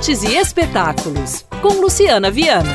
Artes e Espetáculos, com Luciana Viana.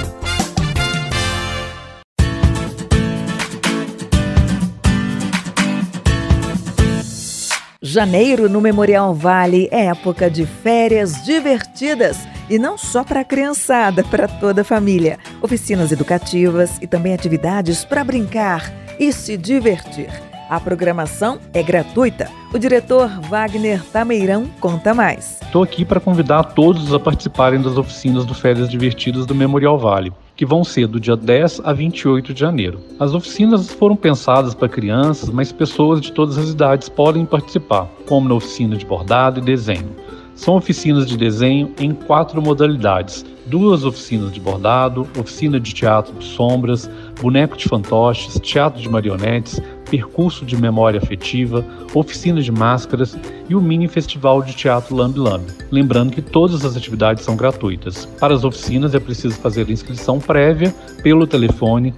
Janeiro no Memorial Vale é época de férias divertidas. E não só para a criançada, para toda a família. Oficinas educativas e também atividades para brincar e se divertir. A programação é gratuita. O diretor Wagner Tameirão conta mais. Estou aqui para convidar todos a participarem das oficinas do Férias Divertidas do Memorial Vale, que vão ser do dia 10 a 28 de janeiro. As oficinas foram pensadas para crianças, mas pessoas de todas as idades podem participar, como na oficina de bordado e desenho. São oficinas de desenho em 4 modalidades: 2 oficinas de bordado, oficina de teatro de sombras, boneco de fantoches, teatro de marionetes, percurso de memória afetiva, oficina de máscaras e o mini festival de teatro Lambe Lambe. Lembrando que todas as atividades são gratuitas. Para as oficinas é preciso fazer a inscrição prévia pelo telefone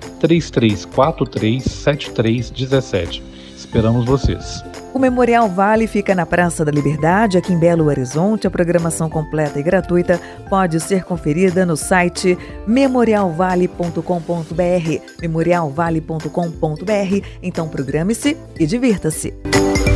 3343-7317. Esperamos vocês. O Memorial Vale fica na Praça da Liberdade, aqui em Belo Horizonte. A programação completa e gratuita pode ser conferida no site memorialvale.com.br, memorialvale.com.br. Então programe-se e divirta-se.